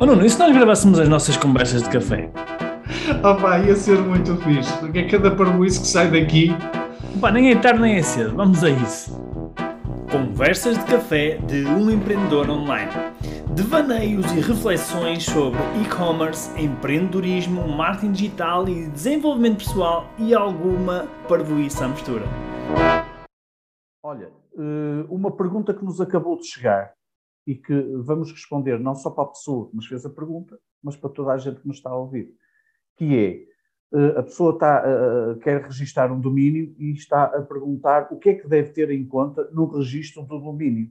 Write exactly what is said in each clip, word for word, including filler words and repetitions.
Oh Nuno, e se nós gravássemos as nossas conversas de café? Oh pá, ia ser muito fixe, porque é cada parboice que sai daqui. Pá, nem é tarde nem é cedo, vamos a isso. Conversas de café de um empreendedor online. Devaneios e reflexões sobre e-commerce, empreendedorismo, marketing digital e desenvolvimento pessoal e alguma parvoíce à mistura. Olha, uma pergunta que nos acabou de chegar e que vamos responder não só para a pessoa que nos fez a pergunta, mas para toda a gente que nos está a ouvir, que é, a pessoa está, quer registar um domínio e está a perguntar o que é que deve ter em conta no registro do domínio.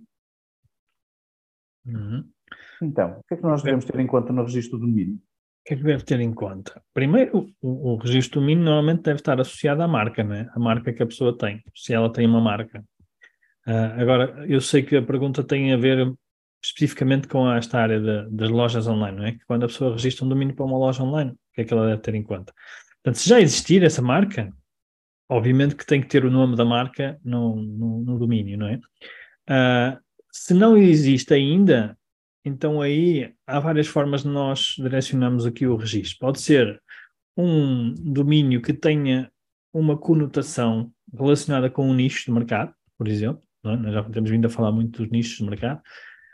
Uhum. Então, o que é que nós devemos ter em conta no registro do domínio? O que é que deve ter em conta? Primeiro, o, o registro do domínio normalmente deve estar associado à marca, né? A marca que a pessoa tem, se ela tem uma marca. Uh, agora, eu sei que a pergunta tem a ver especificamente com esta área de, das lojas online, não é? Que quando a pessoa registra um domínio para uma loja online, o que é que ela deve ter em conta? Portanto, se já existir essa marca, obviamente que tem que ter o nome da marca no, no, no domínio, não é? Uh, se não existe ainda, então aí há várias formas de nós direcionarmos aqui o registro. Pode ser um domínio que tenha uma conotação relacionada com um nicho de mercado, por exemplo, não é? Nós já temos vindo a falar muito dos nichos de mercado.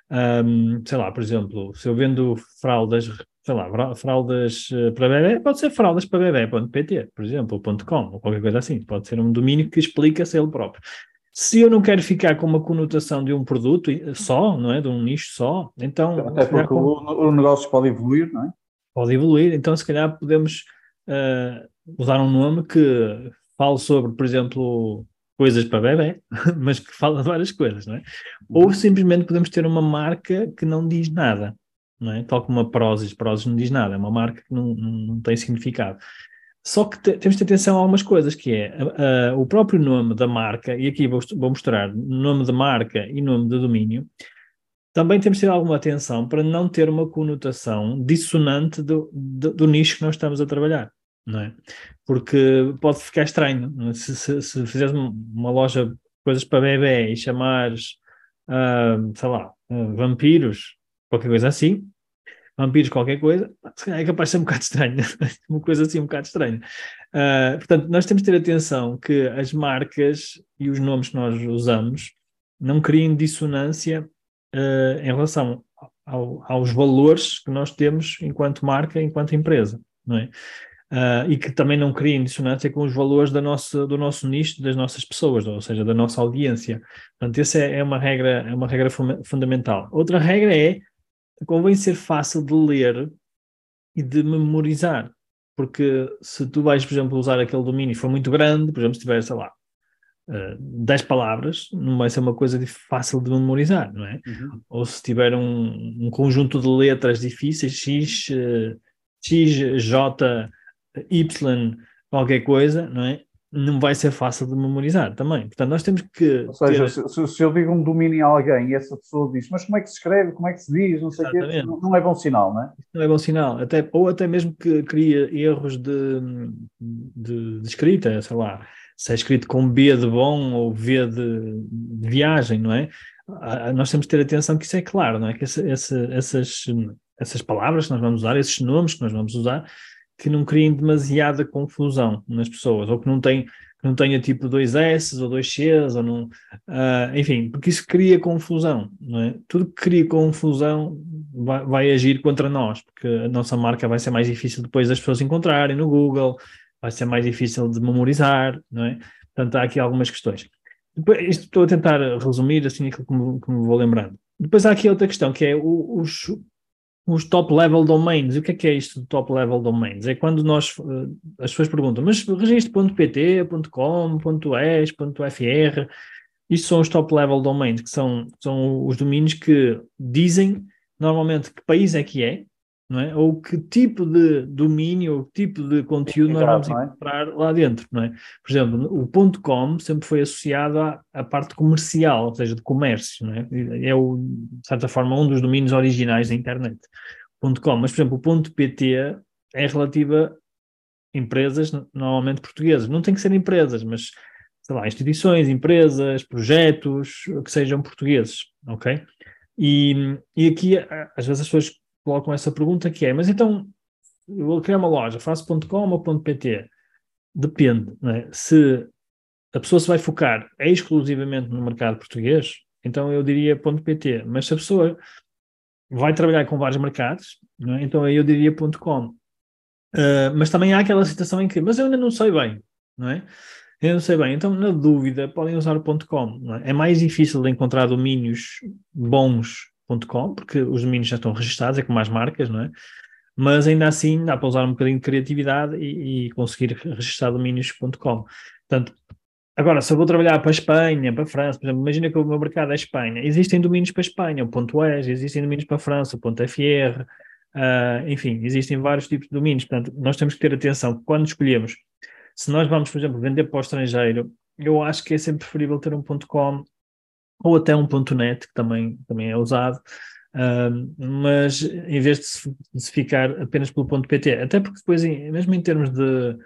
Um, sei lá, por exemplo, se eu vendo fraldas, sei lá, fraldas para bebê, pode ser fraldas para bebê ponto pt, por exemplo, ou .com, ou qualquer coisa assim. Pode ser um domínio que explica-se ele próprio. Se eu não quero ficar com uma conotação de um produto só, não é? De um nicho só, então... Até porque com... o, o negócio pode evoluir, não é? Pode evoluir, então se calhar podemos uh, usar um nome que fale sobre, por exemplo, coisas para bebê, mas que fala de várias coisas, não é? Uhum. Ou simplesmente podemos ter uma marca que não diz nada, não é? Tal como a Prozis, Prozis não diz nada, é uma marca que não, não, não tem significado. Só que te, temos de ter atenção a algumas coisas, que é uh, uh, o próprio nome da marca, e aqui vou, vou mostrar nome de marca e nome de domínio. Também temos de ter alguma atenção para não ter uma conotação dissonante do, do, do nicho que nós estamos a trabalhar, não é? Porque pode ficar estranho, não é? se, se, se fizeres uma loja de coisas para bebê e chamares, uh, sei lá, uh, vampiros, qualquer coisa assim, vampiros qualquer coisa, é capaz de ser um bocado estranho, uma coisa assim um bocado estranha. Uh, portanto, nós temos de ter atenção que as marcas e os nomes que nós usamos não criem dissonância Uh, em relação ao, aos valores que nós temos enquanto marca, enquanto empresa, não é? Uh, e que também não criem dissonância com os valores da nossa, do nosso nicho, das nossas pessoas, ou seja, da nossa audiência. Portanto, essa é, é uma regra, é uma regra fun- fundamental. Outra regra é, convém ser fácil de ler e de memorizar, porque se tu vais, por exemplo, usar aquele domínio e for muito grande, por exemplo, se tiver, sei lá, Uh, dez palavras, não vai ser uma coisa de, fácil de memorizar, não é? Uhum. Ou se tiver um, um conjunto de letras difíceis, X, uh, X, J, Y, qualquer coisa, não é? Não vai ser fácil de memorizar também. Portanto, nós temos que... Ou seja, ter... se, se eu digo um domínio a alguém e essa pessoa diz, mas como é que se escreve, como é que se diz, não sei o quê, não, não é bom sinal, não é? Não é bom sinal. Até, ou até mesmo que cria erros de, de, de escrita, sei lá, se é escrito com B de bom ou V de, de viagem, não é? Nós temos de ter atenção que isso é claro, não é? Que essa, essa, essas, essas palavras que nós vamos usar, esses nomes que nós vamos usar, que não criem demasiada confusão nas pessoas, ou que não, tem, que não tenha tipo dois S ou dois Cs, ou não, uh, enfim, porque isso cria confusão, não é? Tudo que cria confusão vai, vai agir contra nós, porque a nossa marca vai ser mais difícil depois das pessoas encontrarem no Google, vai ser mais difícil de memorizar, não é? Portanto, há aqui algumas questões. Depois, isto estou a tentar resumir assim aquilo que me, que me vou lembrando. Depois há aqui outra questão, que é o, os, os top-level domains. E o que é que é isto de top-level domains? É quando nós, as pessoas perguntam, mas registro ponto pt, ponto com, ponto es, ponto fr, isto são os top-level domains, que são, são os domínios que dizem normalmente que país é que é, não é? Ou que tipo de domínio, ou que tipo de conteúdo nós vamos encontrar lá dentro, não é? Por exemplo, o .com sempre foi associado à, à parte comercial, ou seja, de comércio, não é? É, o, de certa forma, um dos domínios originais da internet. .com, mas, por exemplo, o .pt é relativo a empresas normalmente portuguesas. Não tem que ser empresas, mas, sei lá, instituições, empresas, projetos, que sejam portugueses, ok? E, e aqui, às vezes as pessoas colocam essa pergunta que é, mas então, eu vou criar uma loja, faço .com ou .pt? Depende, não é? Se a pessoa se vai focar exclusivamente no mercado português, então eu diria .pt, mas se a pessoa vai trabalhar com vários mercados, não é? Então aí eu diria .com. Uh, mas também há aquela situação em que, mas eu ainda não sei bem, não é? Eu não sei bem, então na dúvida podem usar o .com, não é? É mais difícil de encontrar domínios bons .com, porque os domínios já estão registados, é como as marcas, não é? Mas ainda assim dá para usar um bocadinho de criatividade e, e conseguir registrar domínios .com. Portanto, agora, se eu vou trabalhar para a Espanha, para a França, por exemplo, imagina que o meu mercado é a Espanha, existem domínios para a Espanha, o .es, existem domínios para a França, o .fr, uh, enfim, existem vários tipos de domínios. Portanto, nós temos que ter atenção quando escolhemos. Se nós vamos, por exemplo, vender para o estrangeiro, eu acho que é sempre preferível ter um .com ou até um .net, que também, também é usado, uh, mas em vez de se, de se ficar apenas pelo .pt, até porque depois, mesmo em termos de,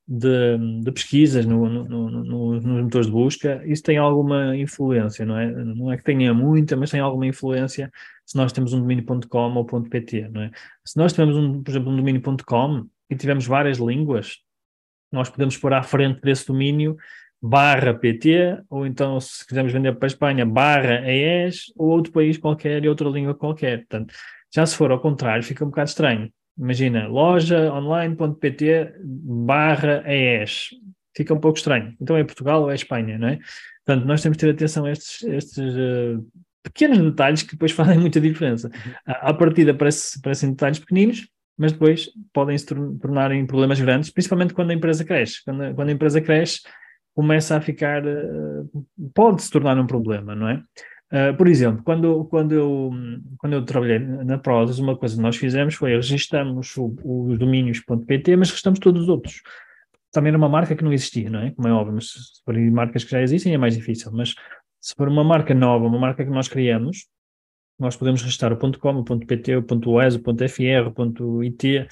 de, de pesquisas no, no, no, nos motores de busca, isso tem alguma influência, não é? Não é que tenha muita, mas tem alguma influência se nós temos um domínio .com ou .pt, não é? Se nós tivermos, um, por exemplo, um domínio .com e tivermos várias línguas, nós podemos pôr à frente desse domínio barra pt, ou então se quisermos vender para a Espanha, barra es, ou outro país qualquer e outra língua qualquer. Portanto, já se for ao contrário, fica um bocado estranho. Imagina, loja online.pt barra es. Fica um pouco estranho. Então é Portugal ou é Espanha, não é? Portanto, nós temos que ter atenção a estes, estes uh, pequenos detalhes que depois fazem muita diferença. À, à partida parece, parecem detalhes pequeninos, mas depois podem se tornar em problemas grandes, principalmente quando a empresa cresce. Quando a, quando a empresa cresce, começa a ficar, uh, pode se tornar um problema, não é? Uh, por exemplo, quando, quando, eu, quando eu trabalhei na Prozis, uma coisa que nós fizemos foi registramos os domínios .pt, mas registramos todos os outros. Também era uma marca que não existia, não é? Como é óbvio, mas se for marcas que já existem é mais difícil, mas se for uma marca nova, uma marca que nós criamos, nós podemos registrar o .com, o .pt, o .es, o .fr, o .it,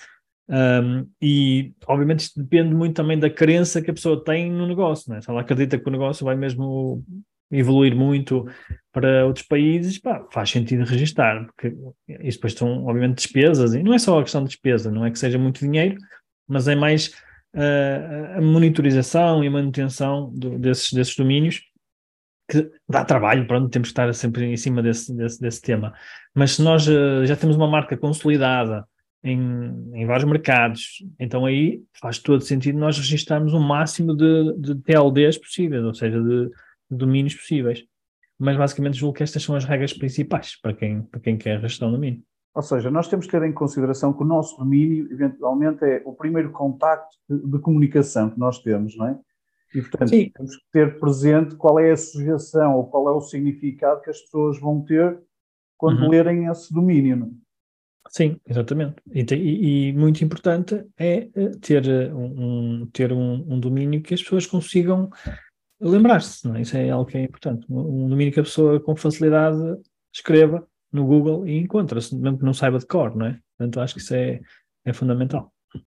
um, e obviamente isto depende muito também da crença que a pessoa tem no negócio, não é? Se ela acredita que o negócio vai mesmo evoluir muito para outros países, pá, faz sentido registar, porque isso depois são obviamente despesas, e não é só a questão de despesa, não é que seja muito dinheiro, mas é mais uh, a monitorização e a manutenção do, desses, desses domínios, que dá trabalho, pronto, temos que estar sempre em cima desse, desse, desse tema. Mas se nós uh, já temos uma marca consolidada em, em vários mercados, então aí faz todo sentido nós registarmos o máximo de, de T L Ds possíveis, ou seja, de, de domínios possíveis. Mas basicamente julgo que estas são as regras principais para quem, para quem quer registrar um domínio. Ou seja, nós temos que ter em consideração que o nosso domínio, eventualmente, é o primeiro contacto de, de comunicação que nós temos, não é? E, portanto, Sim. temos que ter presente qual é a sujeição ou qual é o significado que as pessoas vão ter quando uhum. lerem esse domínio, não é? Sim, exatamente. E, e, e muito importante é ter um, ter um, um domínio que as pessoas consigam lembrar-se, não é? Isso é algo que é importante. Um domínio que a pessoa com facilidade escreva no Google e encontra-se, mesmo que não saiba de cor, não é? Portanto, acho que isso é, é fundamental.